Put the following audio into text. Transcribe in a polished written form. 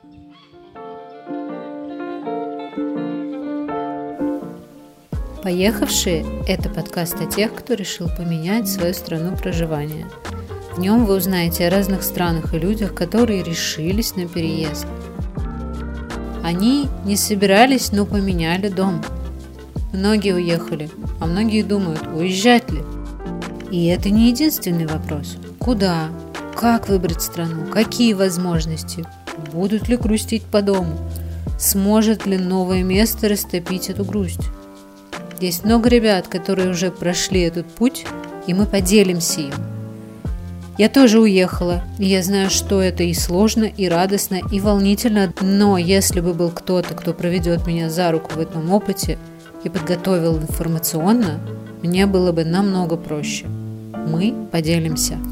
Поехавшие – это подкаст о тех, кто решил поменять свою страну проживания. В нем вы узнаете о разных странах и людях, которые решились на переезд. Они не собирались, но поменяли дом. Многие уехали, а многие думают, уезжать ли. И это не единственный вопрос. Куда? Как выбрать страну? Какие возможности? Будут ли грустить по дому? Сможет ли новое место растопить эту грусть? Есть много ребят, которые уже прошли этот путь, и мы поделимся им. Я тоже уехала, и я знаю, что это и сложно, и радостно, и волнительно, но если бы был кто-то, кто проведет меня за руку в этом опыте и подготовил информационно, мне было бы намного проще. Мы поделимся.